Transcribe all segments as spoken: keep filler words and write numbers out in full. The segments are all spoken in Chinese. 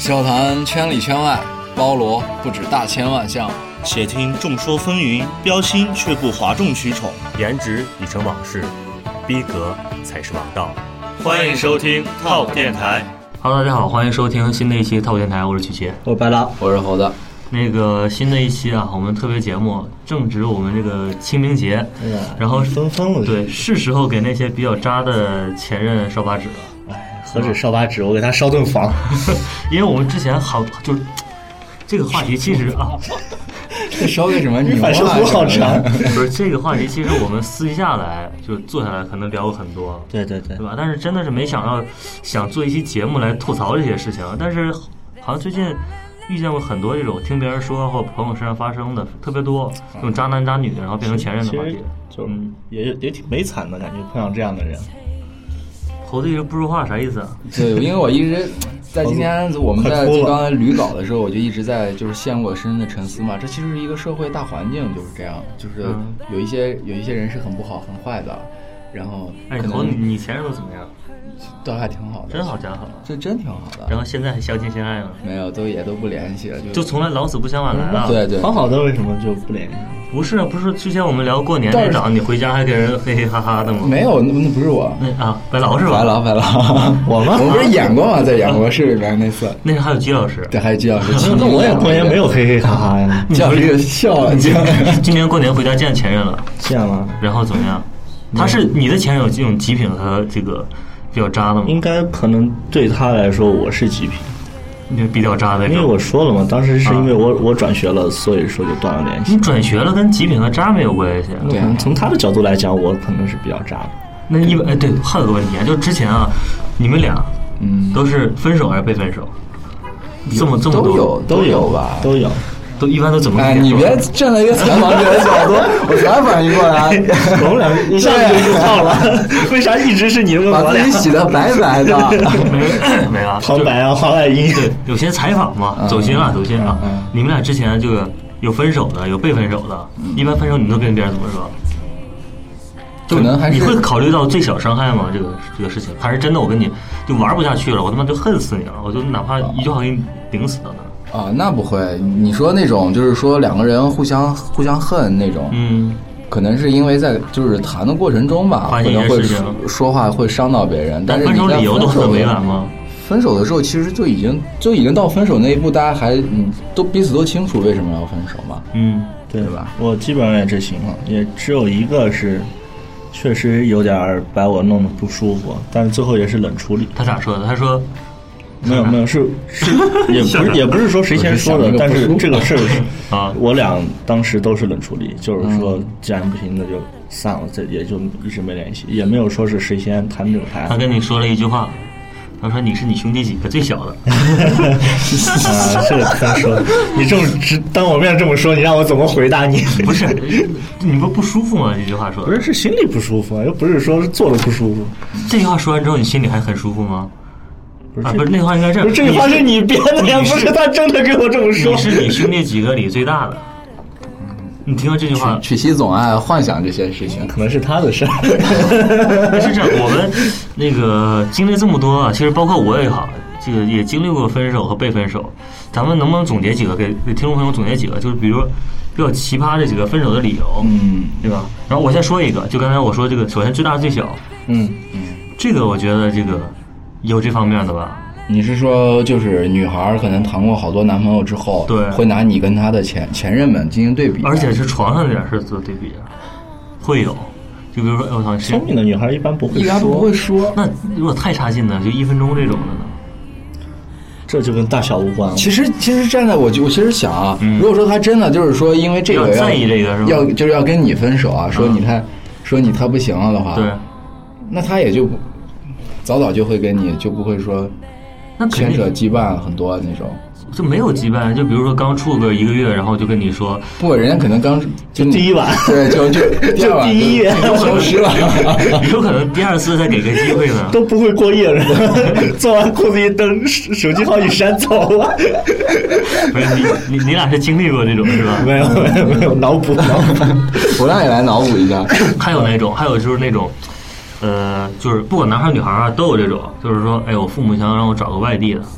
笑谈圈里圈外，包罗不止大千万项。 且听众说纷纭，标新却不哗众取宠。 颜值已成往事，逼格才是王道。 欢迎收听 Top 电台。 Hello， 大家好，欢迎收听新的一期 Top 电台，我是曲奇， 我是白拉， 我是猴子。 那个新的一期啊，我们特别节目正值我们这个清明节， 哎、 然后纷纷了， 对，是时候给那些比较渣的前任烧把纸了。 哎，何止烧把纸，我给他烧顿房。 因为我们之前好就是这个话题，其实啊， 这烧个什么牛啊？ 我好长。 不是这个话题，其实我们私下来就坐下来可能聊过很多， 对对对， 对吧？但是真的是没想到想做一期节目来吐槽这些事情，但是好像最近遇见过很多这种听别人说或朋友身上发生的特别多，这种渣男渣女然后变成前任的话题， 就嗯也也挺悲惨的感觉，碰上这样的人。 猴子一直不说话啥意思啊？ 对，因为我一直在今天我们在就刚才捋稿的时候，我就一直在就是陷入我深深的沉思嘛。这其实是一个社会大环境就是这样，就是有一些有一些人是很不好很坏的，然后哎，猴子你前任都怎么样？ 都还挺好的， 真好假好， 这真挺好的。 然后现在还相亲相爱了？ 没有，都也都不联系了，就就从来老死不相往来了。 对对， 好好的为什么就不联系？ 不是不是，之前我们聊过年那档，你回家还给人嘿嘿哈哈的吗？ 没有，那那不是我。 那啊，白劳是吧？ 白劳白劳， 我吗？ 我不是演过吗？在演播室里面那次。 那还有季老师。 对，还有季老师。 那我也过年没有嘿嘿哈哈呀。 季老师就笑了。 今年过年回家见前任了。 见了。 然后怎么样？他是你的前任有这种极品和这个比较渣的吗？ 应该可能对他来说我是极品。 你比较渣的， 因为我说了嘛，当时是因为我、啊、我转学了，所以说就断了联系。 你转学了跟极品和渣没有关系。 对，从他的角度来讲，我可能是比较渣的。 那一般哎，对，还有个问题啊，就之前啊，你们俩嗯都是分手还是被分手？这么这么多都有都有吧， 都有。 都一般都怎么？ 哎，你别站在一个采访者的角度，我才反应过来， 我们俩一下子就套了。为啥一直是你们把自己洗得白白的？ 没没啊， 旁白啊，黄海英。 对，有些采访嘛，走心啊，走心啊。你们俩之前这个有分手的，有被分手的，一般分手你都跟别人怎么说？ 可能还是你会考虑到最小伤害吗？这个这个事情，还是真的我跟你就玩不下去了，我他妈就恨死你了，我就哪怕一句话给你顶死了呢。 啊，那不会。你说那种就是说两个人互相互相恨那种， 嗯， 可能是因为在就是谈的过程中吧，可能会说话会伤到别人。但是分手理由都很委婉吗？ 分手的时候其实就已经就已经到分手那一步，大家还嗯都彼此都清楚为什么要分手嘛。 嗯， 对吧？ 我基本上也这情况，也只有一个是确实有点把我弄得不舒服，但是最后也是冷处理。 他咋说的？他说。 没有没有，是是也不是也不是说谁先说的，但是这个事儿啊，我俩当时都是冷处理，就是说既然不行那就散了，这也就一直没联系，也没有说是谁先谈这个谈。 他跟你说了一句话，他说你是你兄弟几个最小的。 啊，这个他说，你这么当我面这么说，你让我怎么回答你？ 不是，你不不舒服吗？这句话说不是是心里不舒服啊，又不是说是做的不舒服。 这句话说完之后，你心里还很舒服吗？ 不是、 啊，不是那话应该这样。 不是这句话是你编的呀，不是他真的跟我这么说。 你是你兄弟几个里最大的。你听到这句话， 曲奇总爱幻想这些事情， 可能是他的事儿。 是这样，我们那个经历这么多啊，其实包括我也好，这个也经历过分手和被分手。咱们能不能总结几个，给给听众朋友总结几个，就是比如比较奇葩的几个分手的理由， 嗯， 对吧？然后我先说一个，就刚才我说这个，首先最大最小， 嗯嗯， 这个我觉得这个。有这方面的吧？ 你是说就是女孩可能谈过好多男朋友之后， 对， 会拿你跟她的前前任们进行对比， 而且是床上那点事做对比，会有。就比如说，哎我操， 聪明的女孩一般不会说， 一般不会说。 那如果太差劲呢，就一分钟这种的呢？ 这就跟大小无关了。 其实，其实站在我，我其实想啊， 嗯、 如果说他真的就是说因为这个要在意这个是吧？ 要就是要跟你分手啊，说你太、嗯、说你太不行了的话， 对， 那他也就不。早早就会跟你就不会说牵扯羁绊很多那种， 就没有羁绊。就比如说刚处个一个月，然后就跟你说， 不，人家可能刚就第一晚， 对，就就第二晚就第一夜就消失了， 有可能第二次再给个机会呢， 都不会过夜了。做完裤子一蹬，手机号一删走了。 不是你你你俩是经历过这种是吧？ 没有没有没有，脑补脑补， 我让你来脑补一下。 还有那种，还有就是那种。呃，就是不管男孩女孩啊，都有这种，就是说，哎，我父母想让我找个外地的，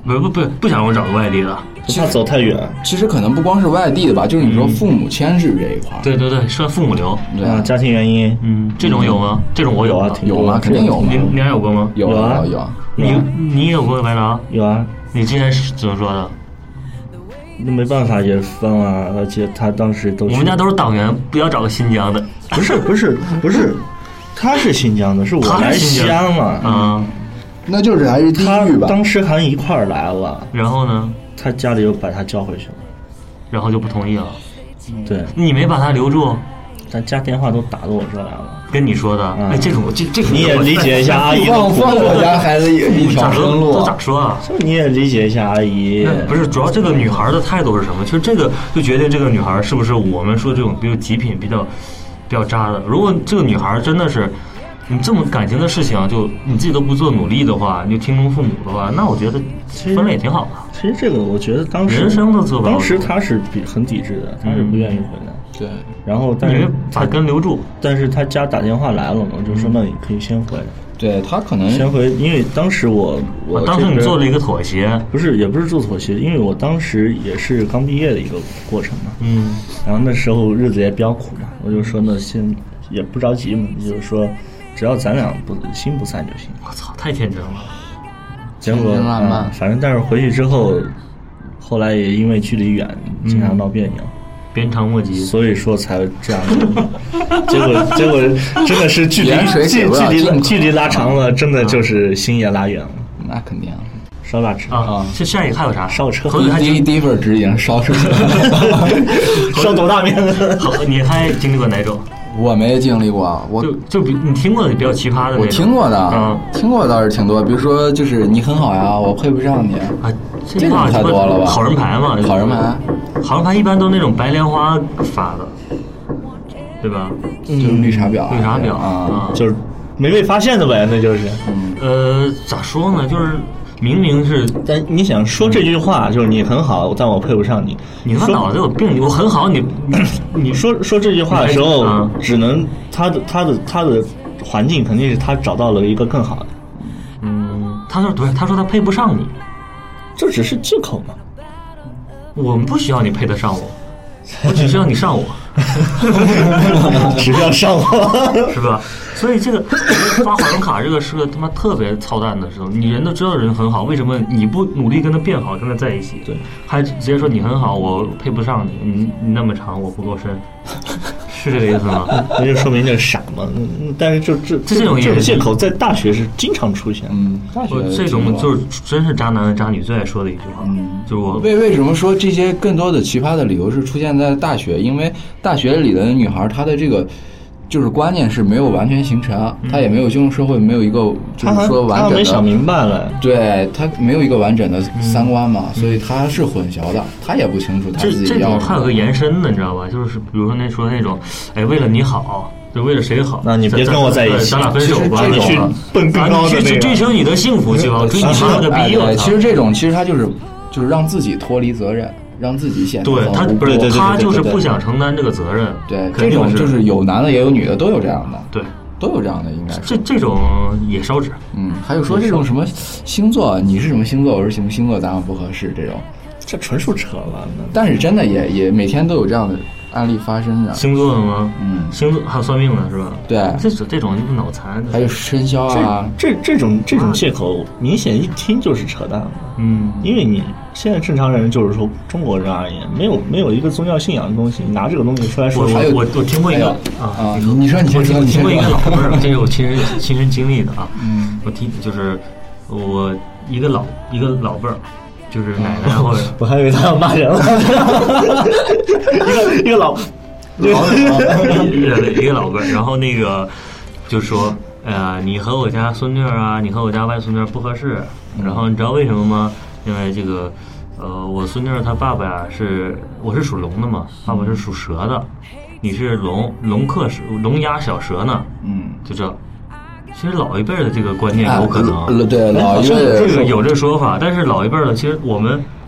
不不不不想让我找个外地的， 怕走太远。 其实可能不光是外地的吧，就是你说父母牵制这一块、 嗯。对对对，算父母流。 对啊，家庭原因， 嗯，这种有吗？这种我有啊， 有吗？肯定有吗？ 你你俩有过吗？ 有啊有啊。 你你有过白狼？ 有啊。 你之前是怎么说的？ 那没办法也分啊，而且他当时都是我们家都是党员，不要找个新疆的。 不是不是不是，他是新疆的，是我来西安嘛。 啊、嗯， 那就是还是地域吧。 他当时还一块儿来了， 然后呢？ 他家里又把他叫回去了， 然后就不同意了。 对， 你没把他留住。 咱家电话都打到我这来了， 跟你说的，嗯、哎，这种这这个你也理解一下阿姨的苦， 放我家孩子也一条生路， 都咋说啊？ 就你也理解一下阿姨。 不是，主要这个女孩的态度是什么？其实这个就决定这个女孩是不是我们说这种比如极品、比较比较渣的。如果这个女孩真的是你这么感情的事情，就你自己都不做努力的话，你就听从父母的话，那我觉得分了也挺好的。 其实这个我觉得当时人生都做不到， 当时他是比很抵制的，他是不愿意回来。 对， 然后但是他跟留住， 但是他家打电话来了嘛，就说那你可以先回来。 对他可能先回，因为当时我我、 啊、当时你做了一个妥协， 不是也不是做妥协，因为我当时也是刚毕业的一个过程嘛， 嗯， 然后那时候日子也比较苦嘛，我就说那先也不着急嘛，就是说只要咱俩不心不散就行。 我操，太天真了。 结果啊、嗯，反正但是回去之后，后来也因为距离远，经常闹别扭。嗯鞭长莫及， 所以说才这样。结果结果真的是距离距离距离拉长了，真的就是心也拉远了。 那肯定。 烧腊吃啊！这下一个还有啥？ 烧车。 第一第一份纸已经烧出去了。 烧多大面？ 好，你还经历过哪种？ 我没经历过，我就就比你听过的比较奇葩的那种。 我听过的， 嗯， 听过的倒是挺多。比如说，就是你很好呀，我配不上你啊， 这种太多了吧？ 好人牌嘛， 好人牌， 好人牌一般都那种白莲花发的，对吧？ 就是绿茶婊， 绿茶婊啊， 就是没被发现的呗，那就是。 呃，咋说呢？就是明明是， 但你想说这句话，就是你很好，但我配不上你。 你他妈脑子有病！我很好，你你说说这句话的时候，啊、只能他的他的他的环境肯定是他找到了一个更好的。 嗯，他说对，他说他配不上你， 这只是借口嘛。 我们不需要你配得上我，我只需要你上我， 只需要上我， 是吧？所以这个发好人卡这个是个他妈特别操蛋的时候，你人都知道人很好，为什么你不努力跟他变好，跟他在一起？ 对， 还直接说你很好，我配不上你，你你那么长，我不够深，是这个意思吗？ 那就说明这傻嘛。嗯，但是就这这种这种借口在大学是经常出现。 嗯，大学这种就是真是渣男和渣女最爱说的一句话。 嗯， 就是我为为什么说这些更多的奇葩的理由是出现在大学？因为大学里的女孩她的这个。就是观念是没有完全形成，他也没有进入社会，没有一个就是说完整的， 他没想明白了， 对他没有一个完整的三观嘛，嗯、所以他是混淆的，他也不清楚他自己要。 这这种还有个延伸的，你知道吧？就是比如说那说那种，哎，为了你好，就为了谁好， 那你别跟我在一起， 咱俩分手吧， 你去奔更高的那个， 你去追求你的幸福去吧，追你妈个逼！ 对，其实这种其实他就是就是让自己脱离责任。让自己显得对他不是他就是不想承担这个责任， 对，这种就是有男的也有女的，都有这样的， 对， 都有这样的，应该是这这种也烧纸， 嗯，还有说这种什么星座，你是什么星座，我是什么星座，咱们不合适这种， 这纯属扯了。 但是真的也也每天都有这样的案例发生着。 星座的吗？ 嗯， 星座还有算命的是吧？ 对， 这这种脑残， 还有生肖啊， 这这种这种借口明显一听就是扯淡。 嗯， 因为你现在正常人就是说中国人而言，没有没有一个宗教信仰的东西，你拿这个东西出来说， 我我我听过一个啊， 你说你先说，你听过一个老辈儿，这是我亲身亲身经历的啊。 嗯， 我听就是我一个老一个老辈儿。就是奶奶或者我还以为他要骂人了，一个一个老， 一个老辈儿，然后那个就说，呃，你和我家孙女啊，你和我家外孙女不合适，然后你知道为什么吗？因为这个，呃，我孙女她爸爸呀是我是属龙的嘛，爸爸是属蛇的，你是龙龙克龙压小蛇呢， 嗯， 就这。其实老一辈的这个观念有可能， 啊、对老一辈这个有这说法，但是老一辈的其实我们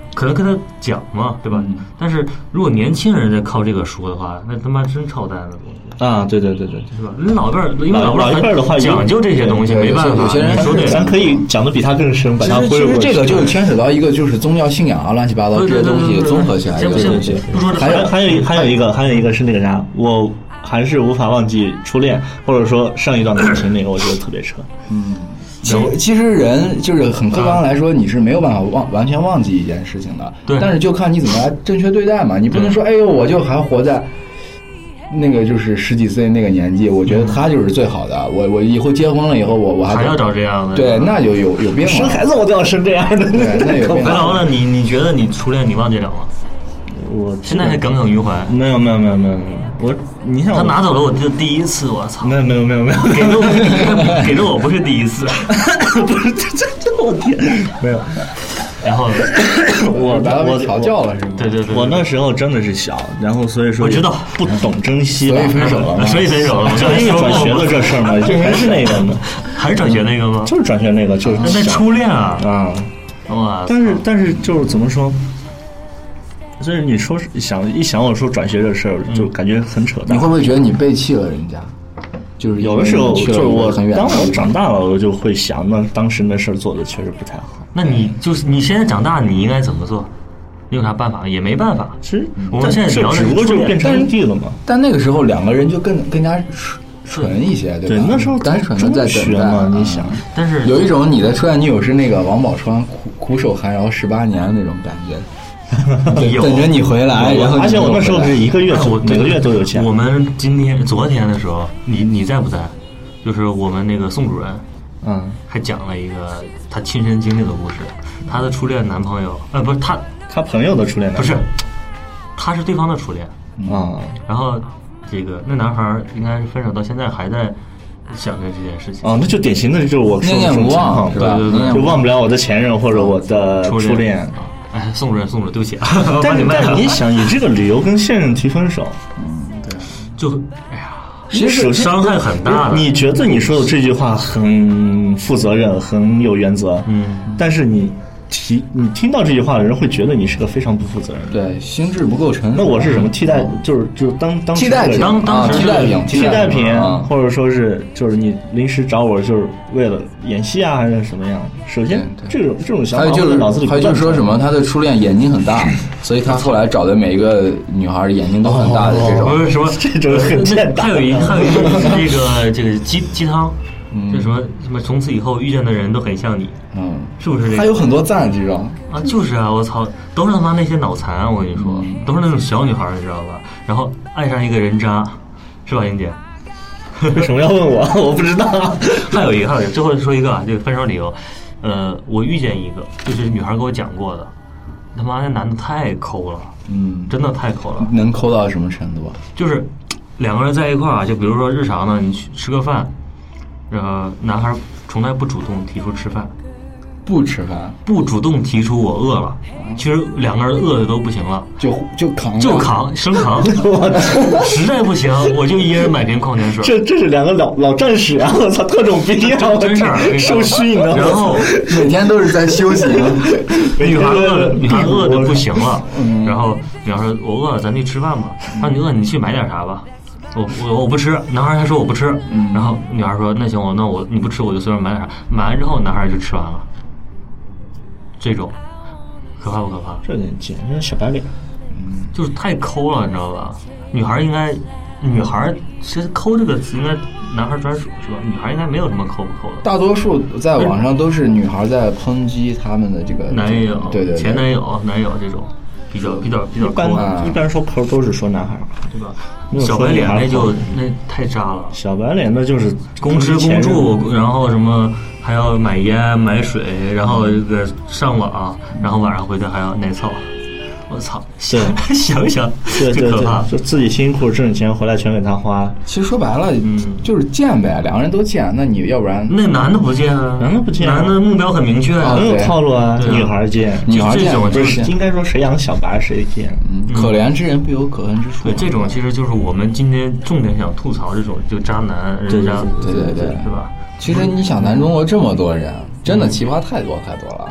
可能跟他讲嘛，对吧？嗯、但是如果年轻人在靠这个说的话，那他妈真操蛋的东西啊！对对对对， 是吧？你老辈儿，因为老老一辈的话讲究这些东西，没办法。 有些人说对， 咱可以讲的比他更深，把他其实其实这个就牵扯到一个就是宗教信仰啊，乱七八糟这些东西综合起来一个东西。 还有还有还有一个还有一个是那个啥，我还是无法忘记初恋，或者说上一段感情那个，我觉得特别扯。 嗯。其实，其实人就是很客观来说，你是没有办法忘完全忘记一件事情的。 对。 但是就看你怎么来正确对待嘛。你不能说，哎呦，我就还活在那个就是十几岁那个年纪，我觉得他就是最好的。我我以后结婚了以后，我我还还要找这样的。 对，那就有有病了。 生孩子我都要生这样的。 对，那有病。 白劳呢？你你觉得你初恋你忘记了吗？ 我现在还耿耿于怀。 没有没有没有没有没有。我，你想他拿走了我的第一次，我操！ 没有没有没有没有， 给了我，给了我不是第一次， 不是这这这我天，没有。 然后我我调教了是吗？ 对对对， 我那时候真的是小，然后所以说我知道不懂珍惜， 所以分手了， 所以分手了。 就因为转学的这事儿嘛，就还是那个呢， 还是转学那个吗？ 就是转学那个，就是那初恋啊啊， 哇！ 但是但是就是怎么说？所以你说想一想我说转学这事儿，就感觉很扯淡。 你会不会觉得你背弃了人家？就是有的时候，就是我很远。 当我长大了，我就会想，那当时那事儿做的确实不太好。 那你就是你现在长大，你应该怎么做？你有啥办法？也没办法。 其实我们现在聊的只不过就变成异地了嘛。 但那个时候两个人就更更加纯一些，对吧？ 对，那时候单纯的在等待嘛，你想。 但是有一种你的初恋女友是那个王宝钏苦苦守寒窑十八年的那种感觉。等着你回来，然后而且我那时候是一个月，每个月都有钱。 我们今天、昨天的时候，你你在不在？就是我们那个宋主任， 嗯， 还讲了一个他亲身经历的故事。他的初恋男朋友，呃，不是他， 他朋友的初恋男朋友，不是，他是对方的初恋啊。 然后这个那男孩应该是分手到现在还在想着这件事情。 哦，那就典型的就是我念念不忘，是吧？ 对对对， 就忘不了我的前任或者我的初恋。 哎，宋主任，宋主任，对不起啊！ 但是但你想以这个理由跟现任提分手， 嗯，对， 就哎呀， 其实伤害很大。 你觉得你说的这句话很负责任，很有原则， 嗯， 但是你提你听到这句话的人会觉得你是个非常不负责任的， 对，心智不够成熟。 那我是什么替代？就是就是当当替代品， 当当替代品， 替代品，或者说是就是你临时找我，就是为了演戏啊，还是什么样？首先，这种这种想法还有就是脑子里还有就是说什么，他的初恋眼睛很大，所以他后来找的每一个女孩眼睛都很大的这种。 不是什么这种很欠打。 还有一还有一个这个这个鸡鸡汤。嗯，就什么什么，从此以后遇见的人都很像你， 嗯， 是不是这个？ 还有很多赞这种啊，就是啊，我操，都是他妈那些脑残，我跟你说，嗯、都是那种小女孩，你知道吧？然后爱上一个人渣，是吧，英姐？ 为什么要问我？我不知道。 还有一个，还有一个，最后说一个啊，这个分手理由，呃，我遇见一个，就是女孩给我讲过的，他妈那男的太抠了， 嗯， 真的太抠了， 能抠到什么程度啊？ 就是两个人在一块儿啊，就比如说日常呢，你去吃个饭。呃，男孩从来不主动提出吃饭， 不吃饭， 不主动提出我饿了。其实两个人饿的都不行了， 就就扛， 就扛，生扛。实在不行，我就一人买瓶矿泉水。 这这是两个老老战士啊！我操，特种兵啊！ 真事儿， 受训的。 然后每天都是在修行。 女孩饿的，女孩饿的不行了。然后女孩说：“我饿了，咱去吃饭吧。”他说：“你饿，你去买点啥吧。”我我我不吃，男孩还说我不吃， 嗯、 然后女孩说那行我那我你不吃我就随便买点啥，买完之后男孩就吃完了，这种可怕不可怕？ 这简直小白脸， 嗯，就是太抠了，你知道吧？女孩应该，女孩其实抠这个词应该男孩专属是吧？女孩应该没有什么抠不抠的， 大多数在网上都是女孩在抨击他们的这个男友， 对 对, 对， 前男友、男友这种。比较比较比较抠啊，一般说抠都是说男孩， 对吧？小白脸那就那太渣了。 小白脸那就是公吃公住，然后什么还要买烟买水，然后这个上网，然后晚上回家还要奶操。我操！ 对， 想想对对对， 就自己辛苦挣钱回来全给他花。 其实说白了，嗯，就是贱呗，两个人都贱，那你要不然那男的不贱啊， 男的不贱， 男的目标很明确啊， 很有套路啊。女孩贱， 女孩贱， 不是应该说谁养小白谁贱。 嗯，可怜之人必有可恨之处。 对，这种其实就是我们今天重点想吐槽这种就渣男人渣， 对对对， 是吧？ 其实你想，咱中国这么多人，真的奇葩太多太多了。 对。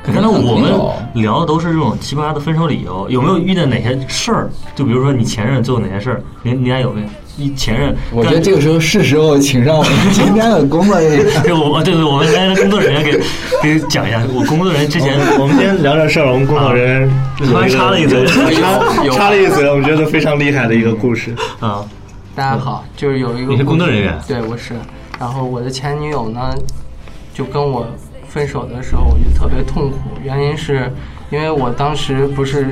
刚才我们聊的都是这种奇葩的分手理由，有没有遇见哪些事儿？就比如说你前任做哪些事儿，你你俩有没有？你前任， 我觉得这个时候是时候请上我们今天的工作人员。 对，我对对，我们来工作人员给给讲一下。我工作人员之前， 我们今天聊这事儿，我们工作人员突然插了一嘴， 插插了一嘴，我们觉得非常厉害的一个故事啊。 大家好，就是有一个你是工作人员， 对，我是。然后我的前女友呢，就跟我分手的时候，我就特别痛苦，原因是因为我当时不是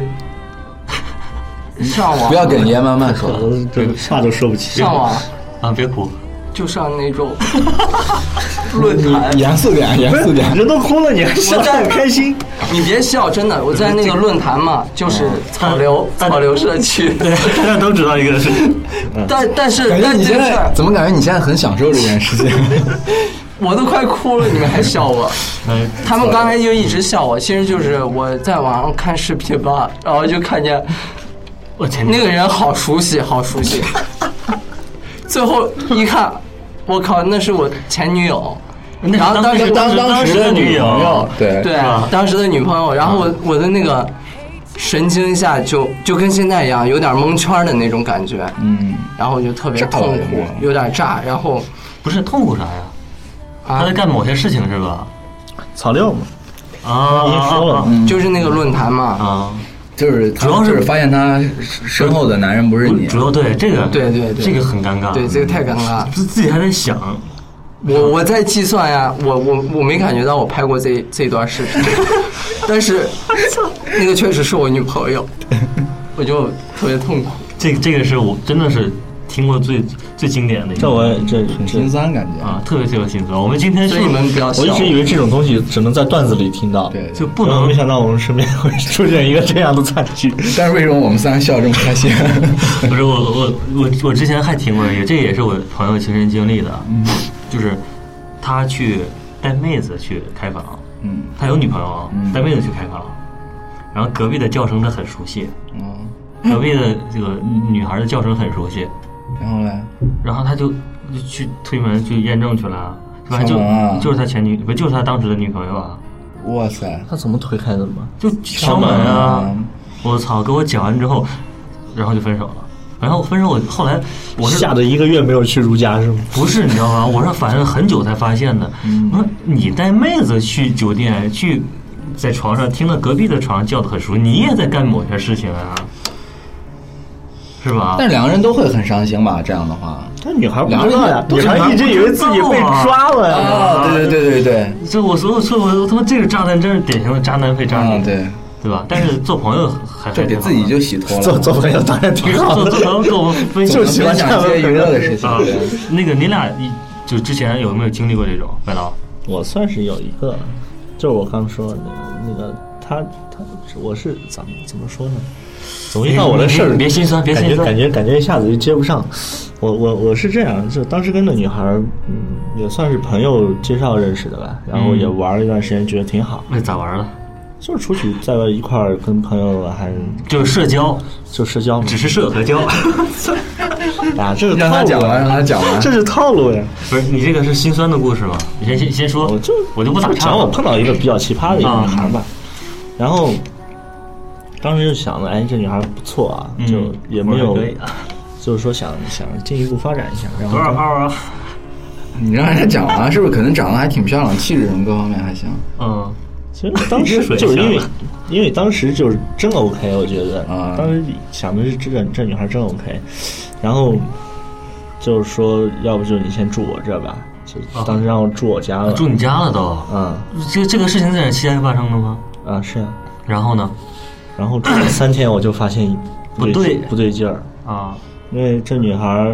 上网， 不要哽咽，慢慢说， 这话都说不起。 上网啊，别哭， 就上那种论坛， 严肃点，严肃点， 人都哭了，你还笑得很开心？ 你别笑，真的，我在那个论坛嘛，就是草榴草榴社区， 对，大家都知道一个是， 但但是感觉你现在怎么感觉你现在很享受这件事情？ 我都快哭了，你们还笑我？他们刚才就一直笑我，其实就是我在网上看视频吧，然后就看见我前那个人好熟悉，好熟悉。最后一看，我靠，那是我前女友。然后当时当当时的女友， 对对，当时的女朋友。然后我我的那个神经一下就就跟现在一样，有点蒙圈的那种感觉。 嗯， 然后我就特别痛苦，有点炸。然后不是痛苦啥呀？他在干某些事情是吧？ 草料嘛， 啊， 您说了， 就是那个论坛嘛， 啊，就是主要是发现他身后的男人不是你， 主要对这个， 对对对， 这个很尴尬， 对这个太尴尬， 自自己还在想， 我我在计算呀，我我我没感觉到我拍过这这段视频，但是那个确实是我女朋友，我就特别痛苦。 这这个是我真的是。听过最最经典的一个， 这我这很心酸感觉啊，特别特别心酸。我们今天所以你们不要笑， 我一直以为这种东西只能在段子里听到， 对， 就不能。 没想到我们身边会出现一个这样的惨剧。 但是为什么我们三个笑这么开心？ 不是我我我我之前还听过一个，这也是我朋友亲身经历的，嗯，就是他去带妹子去开房，嗯，他有女朋友，嗯，带妹子去开房，然后隔壁的叫声他很熟悉，嗯，隔壁的这个女孩的叫声很熟悉。 然后呢？ 然后他就就去推门去验证去了，反正就、 啊、 就是他前女，不就是他当时的女朋友啊？ 哇塞， 他怎么推开的嘛？ 就敲门啊！我操！给我讲完之后，然后就分手了。然后分手，我后来我是吓得一个月没有去如家是吗？ 不是，你知道吗？我是反正很久才发现的。我说你带妹子去酒店去，在床上听了隔壁的床叫得很熟，你也在干某些事情啊。是吧？ 但两个人都会很伤心吧？这样的话， 但女孩不知道呀，女孩一直以为自己被抓了呀。 啊，对对对对对， 这我所有说，我他妈这个渣男真是典型的渣男配渣女， 对对吧？但是做朋友还这给自己就洗脱了。 做做朋友当然挺好的， 做做朋友跟我们分享就喜欢讲一些娱乐的事情啊。那个你俩就之前有没有经历过这种？白刀， 我算是有一个，就是我刚说的那个那个他他我是怎么怎么说呢？总一到我的事儿， 别心酸，别心酸， 感觉感觉感觉一下子就接不上。我我我是这样，就当时跟那女孩，嗯，也算是朋友介绍认识的吧，然后也玩了一段时间，觉得挺好。 那咋玩了？ 就是出去在外一块儿跟朋友还就是社交， 就社交嘛， 只是社和交。 啊，这是让他讲完，让他讲完， 这是套路呀。 不是你这个是心酸的故事吗？你先先先说， 我就我就不打岔。 讲我碰到一个比较奇葩的一个女孩吧，然后。当时就想了，哎，这女孩不错啊，嗯、就也没有，啊、就是说想想进一步发展一下。然后多少号啊？ 你让人家讲完，是不是可能长得还挺漂亮，气质什么各方面还行？ 嗯， 其实当时就是因为，因为当时就是真 OK， 我觉得啊，当时想的是这这女孩真 OK， 然后就是说，要不就你先住我这吧，就当时让我住我家了， 啊、住你家了都， 嗯， 这这个事情在哪期间发生的吗？ 啊，是啊。 然后呢？ 然后住了三天，我就发现不对不对劲儿啊， 因为这女孩，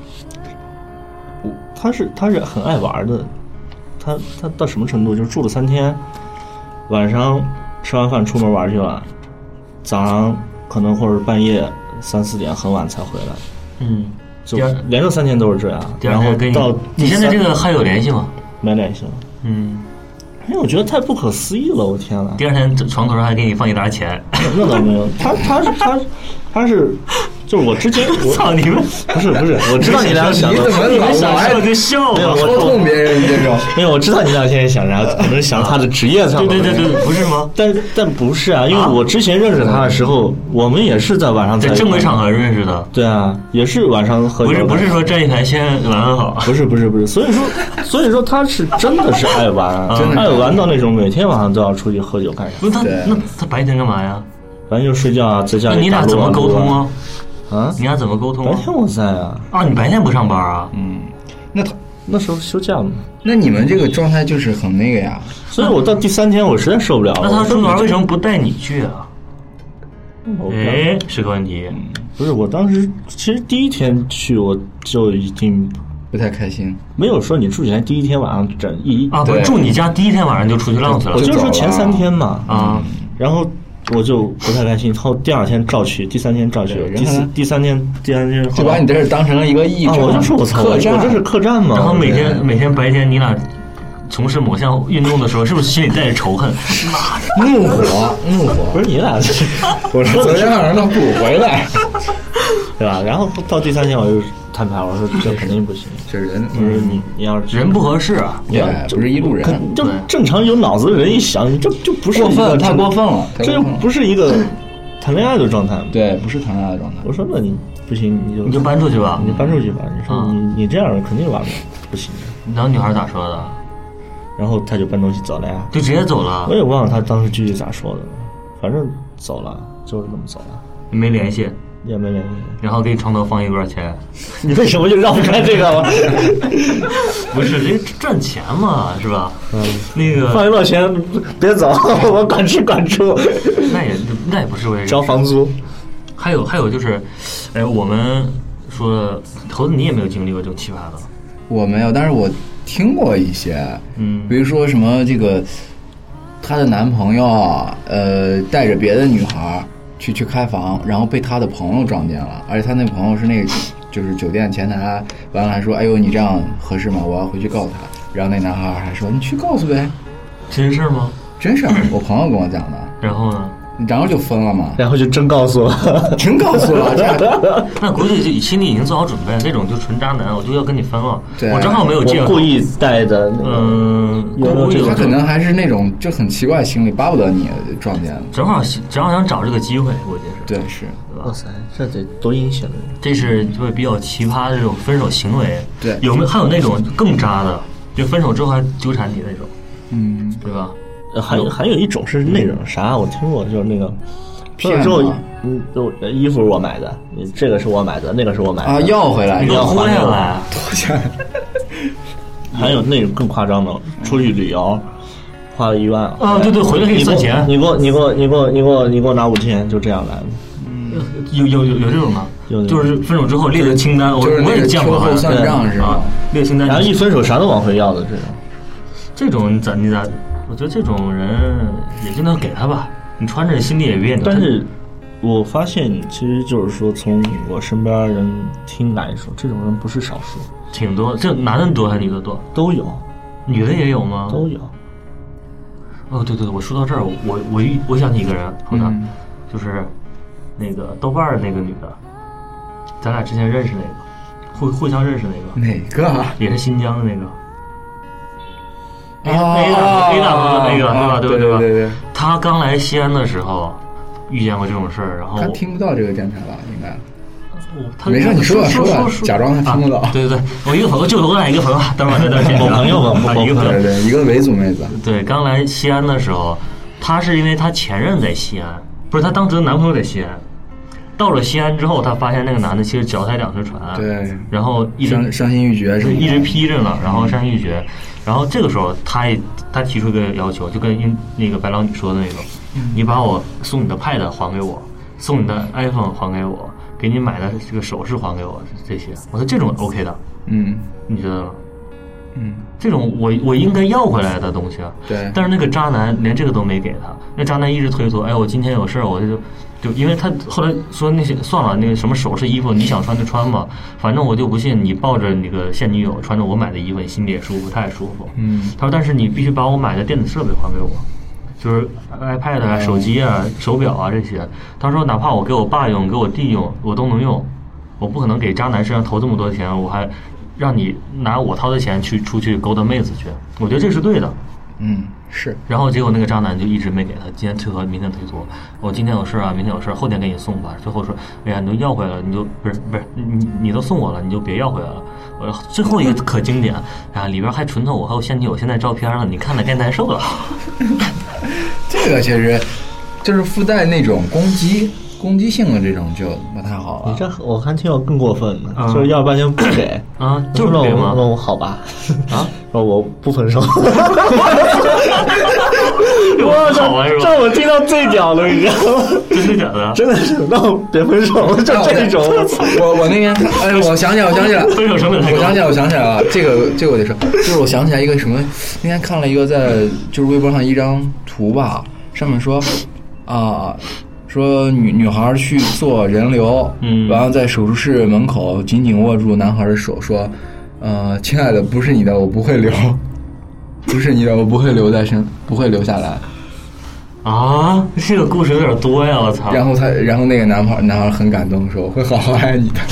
她是她是很爱玩的，她她到什么程度？就是住了三天，晚上吃完饭出门玩去了，早上可能或者半夜三四点很晚才回来， 嗯， 就连着三天都是这样。然后到你现在这个还有联系吗？ 没联系了， 嗯。 因为我觉得太不可思议了，我天哪！ 第二天床头上还给你放一沓钱， 那倒没有。他他是他他是就是我之前我操你们不是不是，我知道你俩想的， 你怎么老想笑就笑吧， 戳痛别人这种？ 没有，我知道你俩现在想啥，可能想他的职业上。 对对对对，不是吗？ 但但不是啊，因为我之前认识他的时候，我们也是在晚上在正规场合认识的。 对啊，也是晚上喝酒。 不是不是说站一排先玩玩好。 不是不是不是，所以说所以说他是真的是爱玩，爱玩到那种每天晚上都要出去喝酒干啥？ 那他那他白天干嘛呀？ 白天就睡觉啊，在家里。 那你俩怎么沟通啊？ 啊， 你俩怎么沟通、啊？ 白天我在啊。 啊，你白天不上班啊？ 嗯，那他那时候休假嘛。 那你们这个状态就是很那个呀。 所以我到第三天我实在受不了了。 那他出去玩为什么不带你去啊？哎，是个问题。 不是，我当时其实第一天去我就已经不太开心， 没有说你住起来第一天晚上整一啊，不是住你家第一天晚上就出去浪去了。 我就说前三天嘛啊， 然后。我就不太开心，然后第二天照去，第三天照去，第四第三天第三天就把你这是当成了一个义诊、 啊，我就说我操，我这是客栈嘛。 然后每天每天白天你俩从事某项运动的时候，是不是心里带着仇恨？ 妈的，怒火怒火！ 不是你俩， 我说昨天晚上能补回来， 对吧？然后到第三天我就摊牌，我说这肯定不行， 这人不是你你要是人不合适啊， 对，不是一路人， 就正常有脑子的人一想，你这就不是过分，太过分了， 这就不是一个谈恋爱的状态， 对，不是谈恋爱的状态。 我说那你不行，你就你就搬出去吧， 你就搬出去吧。你说你你这样肯定完了，不行。 然后女孩咋说的？ 然后他就搬东西走了呀， 就直接走了。 我也忘了他当时具体咋说的了，反正走了，就是这么走了， 没联系。 也没联系， 然后给床头放一罐钱， 你为什么就绕不开这个了？ 不是，这赚钱嘛，是吧？嗯，那个放一罐钱，别走，我管吃管住。 那也那也不是为交房租。 还有还有就是，哎，我们说猴子，你也没有经历过这种奇葩的？ 我没有，但是我听过一些， 嗯， 比如说什么这个，她的男朋友呃带着别的女孩。去去开房，然后被他的朋友撞见了，而且他那朋友是那个就是酒店前台，完了还说：“哎呦，你这样合适吗？我要回去告他。”然后那男孩还说：“你去告诉呗。” 真事吗？ 真事，我朋友跟我讲的。 然后呢？ 然后就分了嘛。 然后就真告诉我， 真告诉我了。 那估计就心里已经做好准备，这种就纯渣男，我就要跟你分了。 对， 我正好没有借口， 故意带的。 嗯， 故意他可能还是那种就很奇怪心理，巴不得你撞见了。 正好正好想找这个机会，我觉得是。 对，是。 哇塞，这得多阴险了！ 这是就比较奇葩的这种分手行为。 对， 有没有还有那种更渣的，就分手之后还纠缠你那种？ 嗯， 对吧？ 还有还有一种是那种啥，我听过，就是那个。骗了之后，嗯，都衣服我买的，你这个是我买的，那个是我买的啊，要回来， 你要还下来， 脱下来。 还有那种更夸张的，出去旅游花了一万啊，对对，回来给你算钱， 你给我，你给我，你给我，你给我，你给我拿五千，就这样来的。 嗯，有有有有这种吗？ 有， 就是分手之后列的清单，我我也见过， 秋后算账是吧？ 列清单， 然后一分手啥都往回要的这种， 这种你咋你咋？我觉得这种人也就能给他吧。你穿着心里也别扭， 但是我发现其实就是说，从我身边人听来说，这种人不是少数， 挺多。这男的多还是女的多？ 都有， 女的也有吗？ 都有。 哦，对对对，我说到这儿，我我我想起一个人，好的，嗯、就是那个豆瓣的那个女的，咱俩之前认识那个，互互相认识那个，哪个？ 也是新疆的那个。 A A 大 A 大哥那个对吧？ 对对吧？ 对对。 他刚来西安的时候遇见过这种事儿，然后他听不到这个电台吧？应该。 他没事，你说吧说吧，假装他听不到。 对对对，我一个朋友，就我俩一个朋友，等会儿再道歉。 我朋友吧， 一个朋友， 对对，一个维族妹子。 对，刚来西安的时候，他是因为他前任在西安，不是他当时的男朋友在西安。到了西安之后，他发现那个男的其实脚踩两只船， 对， 然后一直伤伤心欲绝， 是一直劈着呢，然后伤心欲绝，然后这个时候他也他提出一个要求，就跟那个白老女说的那种，嗯、你把我送你的 Pad 还给我，送你的 iPhone 还给我，给你买的这个首饰还给我，这些，我说这种 OK 的， 嗯， 你觉得呢？ 嗯， 这种我我应该要回来的东西啊， 对， 但是那个渣男连这个都没给他，那渣男一直推脱，哎，我今天有事儿，我就。就因为他后来说那些算了，那个什么首饰衣服你想穿就穿吧，反正我就不信你抱着那个现女友穿着我买的衣服，你心里也舒服，他也舒服。 嗯， 他说但是你必须把我买的电子设备还给我， 就是 iPad 啊、手机啊、手表啊这些。他说哪怕我给我爸用、给我弟用，我都能用。我不可能给渣男身上投这么多钱，我还让你拿我掏的钱去出去勾搭妹子去。我觉得这是对的。 嗯，是。 然后结果那个渣男就一直没给他，今天退合，明天退缩。我今天有事啊，明天有事，后天给你送吧。最后说，哎呀，你都要回来了，你就不是不是你你都送我了，你就别要回来了。我最后一个可经典啊，里边还存着我和我现女友现在照片了，你看了该难受了。 这个其实就是附带那种攻击。攻击性的这种就不太好了。 你这我看听友更过分的，嗯、就是要半天不给啊，就是给吗？ 那我好吧，啊，说我不分手。我操！这我听到最屌的，你知道吗？ 真的假的？ 真的是，那我别分手，就这种。 我我那天看，哎，我想起来，我想起来， 分手成本太高。 我想起来，我想起来了，这个这个我得说，就是我想起来一个什么，那天看了一个在就是微博上一张图吧，上面说啊。说女女孩去做人流，嗯，然后在手术室门口紧紧握住男孩的手，说：“呃，亲爱的，不是你的，我不会留，不是你的，我不会留在身，不会留下来。” 啊，这个故事有点多呀！我操！ 然后他，然后那个男孩，男孩很感动，说：“我会好好爱你的。”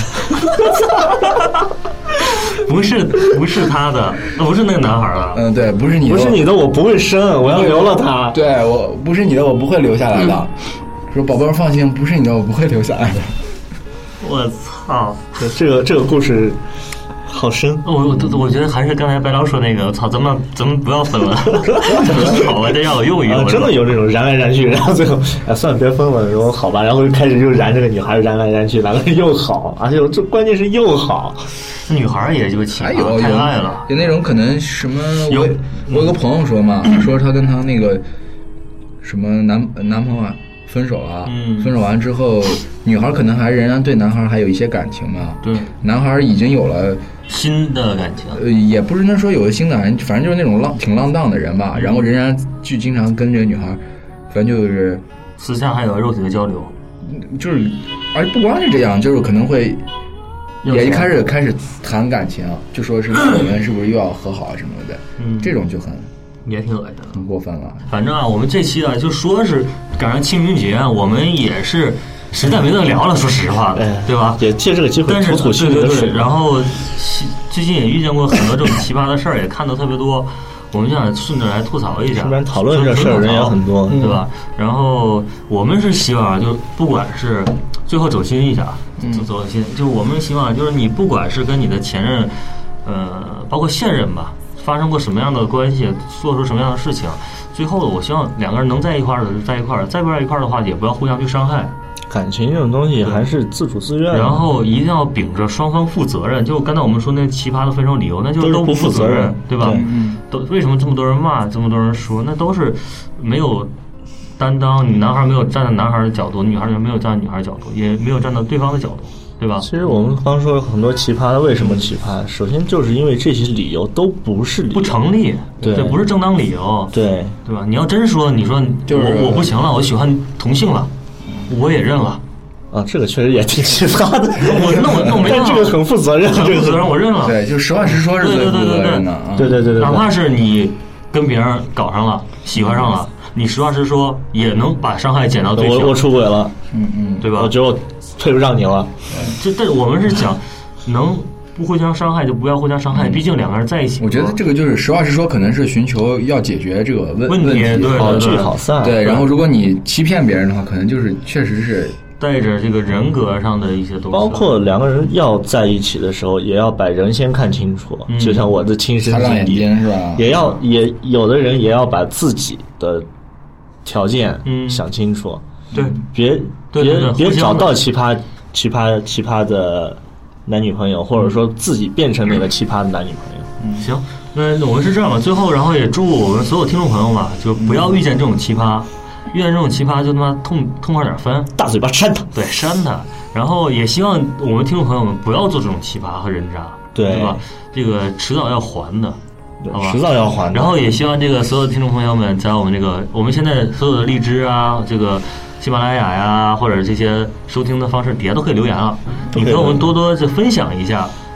不是，不是他的，不是那个男孩的。 嗯，对，不是你的， 不是你的，我不会生，我要留了他。 对，我不是你的，我不会留下来的。嗯说宝贝儿放心，不是你的，我不会留下来的。 我操， 这个这个故事好深。 我我我觉得还是刚才白老说那个，操，咱们咱们不要分了，好吧，再让我用一用、 啊。真的有这种燃来燃去，然后最后哎算了别分了，然后好吧，然后开始又燃这个女孩燃来燃去，两个人又好，而且这关键是又好。 女孩也就奇还有太爱了， 有那种可能什么，我我有个朋友说嘛，说他跟他那个什么男男朋友啊。分手了，嗯，分手完之后，女孩可能还仍然对男孩还有一些感情嘛， 对， 男孩已经有了新的感情， 呃，也不是能说有了新的感情，反正就是那种浪挺浪荡的人吧，嗯、然后仍然就经常跟这个女孩，反正就是私下还有肉体的交流， 就是，而不光是这样，就是可能会也一开始开始谈感情，就说是我们是不是又要和好啊什么的，嗯，这种就很。 也挺恶心的， 很过分了。 反正啊，我们这期啊，就说是赶上清明节，我们也是实在没得聊了，说实话的，对吧？ 也借这个机会吐吐心里的水。 然后最近也遇见过很多这种奇葩的事儿，也看到特别多。我们想顺着来吐槽一下， 顺便讨论这事儿人也很多， 对吧？然后我们是希望，就不管是最后走心一下，走走心，就是我们希望，就是你不管是跟你的前任，呃，包括现任吧。发生过什么样的关系，做出什么样的事情，最后我希望两个人能在一块儿的就在一块儿，再不在一块儿的话，也不要互相去伤害。 感情这种东西还是自主自愿， 然后一定要秉着双方负责任。就刚才我们说那奇葩的分手理由，那就是都不负责任，对吧？都为什么这么多人骂，这么多人说，那都是没有担当。你男孩没有站在男孩的角度，女孩也没有站在女孩的角度，也没有站在对方的角度。对吧？ 其实我们刚说很多奇葩的，为什么奇葩？首先就是因为这些理由都不是理由， 不成立， 对， 这不是正当理由， 对， 对吧？你要真说，你说就是我我不行了，我喜欢同性了，我也认了。 啊，这个确实也挺奇葩的。 我那我那我没办法， 这个很负责任， 很负责任，我认了。 对，就实话实说是最负责任的。 对对对对， 哪怕是你跟别人搞上了，喜欢上了。你实话实说，也能把伤害减到最小。 我我出轨了， 嗯嗯， 对吧？ 我觉得我配不上你了。 这但我们是讲，能不互相伤害就不要互相伤害，毕竟两个人在一起。 我觉得这个就是实话实说，可能是寻求要解决这个问问题，对好聚好散。 对，然后如果你欺骗别人的话，可能就是确实是带着这个人格上的一些东西。 包括两个人要在一起的时候，也要把人先看清楚。嗯、就像我的亲身经历， 是吧？ 也要也有的人也要把自己的条件想清楚， 对， 别对对对别别找到奇葩奇葩奇葩的男女朋友，或者说自己变成那个奇葩的男女朋友。 嗯，行，那我们是这样吧，最后然后也祝我们所有听众朋友嘛，就不要遇见这种奇葩，遇见这种奇葩就他妈痛痛快点分， 大嘴巴扇他， 对，扇他。然后也希望我们听众朋友们不要做这种奇葩和人渣， 对， 对吧？这个迟早要还的。好吧， 迟早要还。 然后也希望这个所有的听众朋友们，在我们这个我们现在所有的荔枝啊，这个喜马拉雅呀，或者这些收听的方式底下都可以留言了，你跟我们多多的分享一下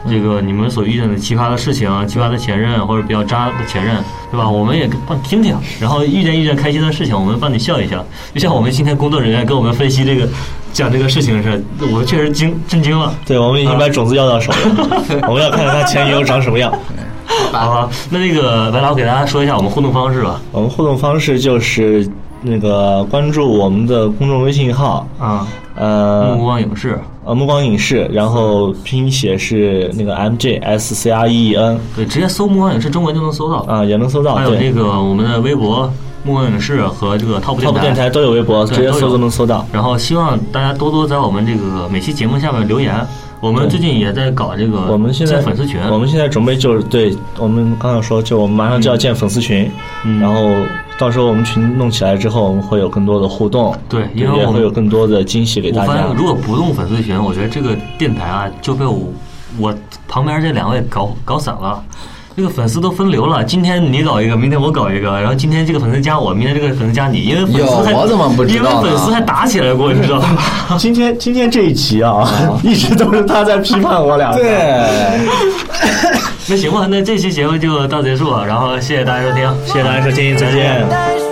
这个你们所遇见的奇葩的事情、奇葩的前任或者比较渣的前任，对吧？我们也帮你听听，然后遇见遇见开心的事情，我们帮你笑一笑。就像我们今天工作人员跟我们分析这个讲这个事情是，我确实惊震惊了。 对，我们已经把种子要到手了，我们要看看他前女友长什么样。 好吧，那那个白老给大家说一下我们互动方式吧。 我们互动方式就是那个关注我们的公众微信号啊， 呃， 目光影视， 呃，目光影视，然后拼写是那个 M J S C R E E N， 对，直接搜目光影视中文就能搜到啊，也能搜到。 还有这个我们的微博目光影视和这个 Top 电台 Top 电台都有微博，直接搜都能搜到。 然后希望大家多多在我们这个每期节目下面留言。我们最近也在搞这个， 我们现在粉丝群， 我们现在准备就是对我们刚刚说，就我们马上就要建粉丝群，嗯、然后到时候我们群弄起来之后，我们会有更多的互动， 对，因为也会有更多的惊喜给大家。 我发现如果不弄粉丝群，我觉得这个电台啊就被我我旁边这两位搞搞散了。这个粉丝都分流了，今天你搞一个，明天我搞一个，然后今天这个粉丝加我，明天这个粉丝加你，因为粉丝还我怎么不知道？ 因为粉丝还打起来过，你知道吗？ 今天今天这一期啊，一直都是他在批判我俩。 对。 那行吧，那这期节目就到此结束了，然后谢谢大家收听， 谢谢大家收听，再见。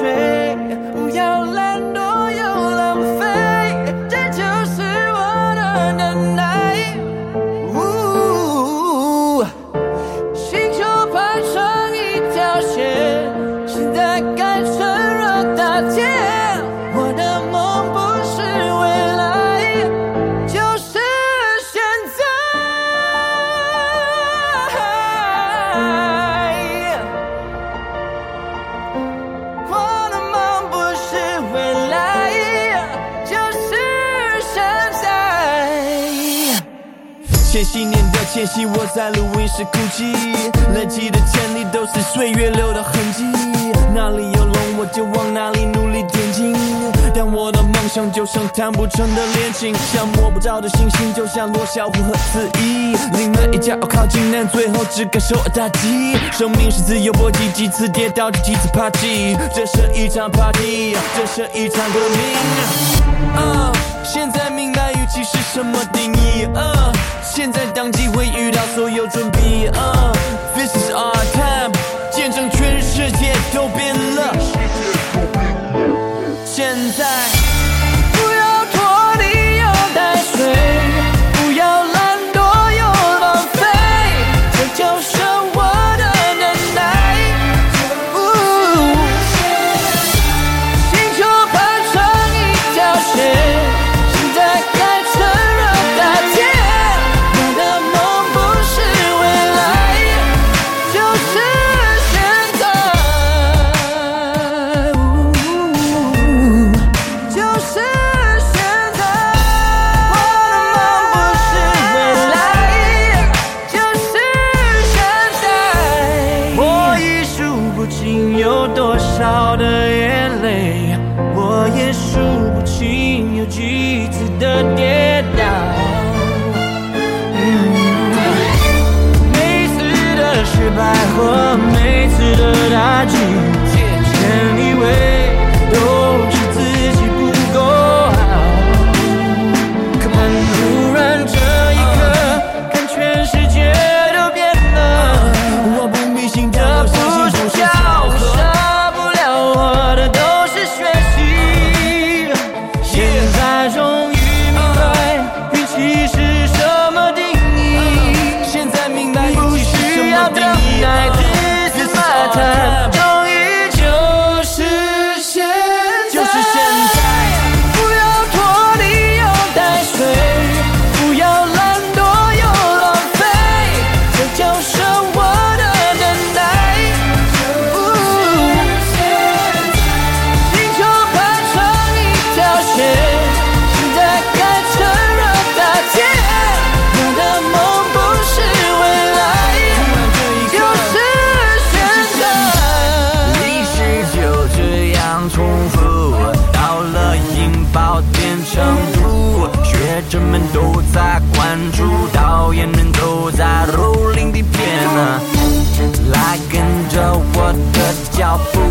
千禧年的前夕，我在录音室哭泣，累积的潜力都是岁月留的痕迹，哪里有龙我就往哪里努力前进，但我的梦想就像弹不成的恋情，像摸不着的星星，就像罗小虎和子怡，临门一脚靠近，但最后只感受打击，生命是自由搏击，几次跌倒就几次爬起，这是一场 party， 这是一场革命、uh, 现在明白预期是什么定义、uh, 现在当机会遇到所有准备、uh, This is our time， 见证全世界都变了。现在不要拖泥又带水，不要懒惰又浪费，这就是我的能耐。星球盘成一条线，现在该趁热打铁，我的梦不是未来，就是现在，就是现在，我的梦不是未来，就是现在。我已数不清有多少的眼泪，我也数不清有几次的跌倒。每次的失败和每次的打击，前以为都是自己不够好，但突然这一刻，看全世界都变了。我不迷信，这不是巧合，少不了我的都是学习。现在终于明白运气是什么定义，现在明白运气是什么定义。This is my time， 终于就是现在，就是现在。不要拖泥又带水，不要懒惰又浪费，这就是我的能耐。星球盘成一条线，现在该趁热打铁，我的梦不是未来，就是现在。历史就这样重复，到了引爆点程度，学者们都在关注，导演们都在蹂躏底片，来跟着我的脚步。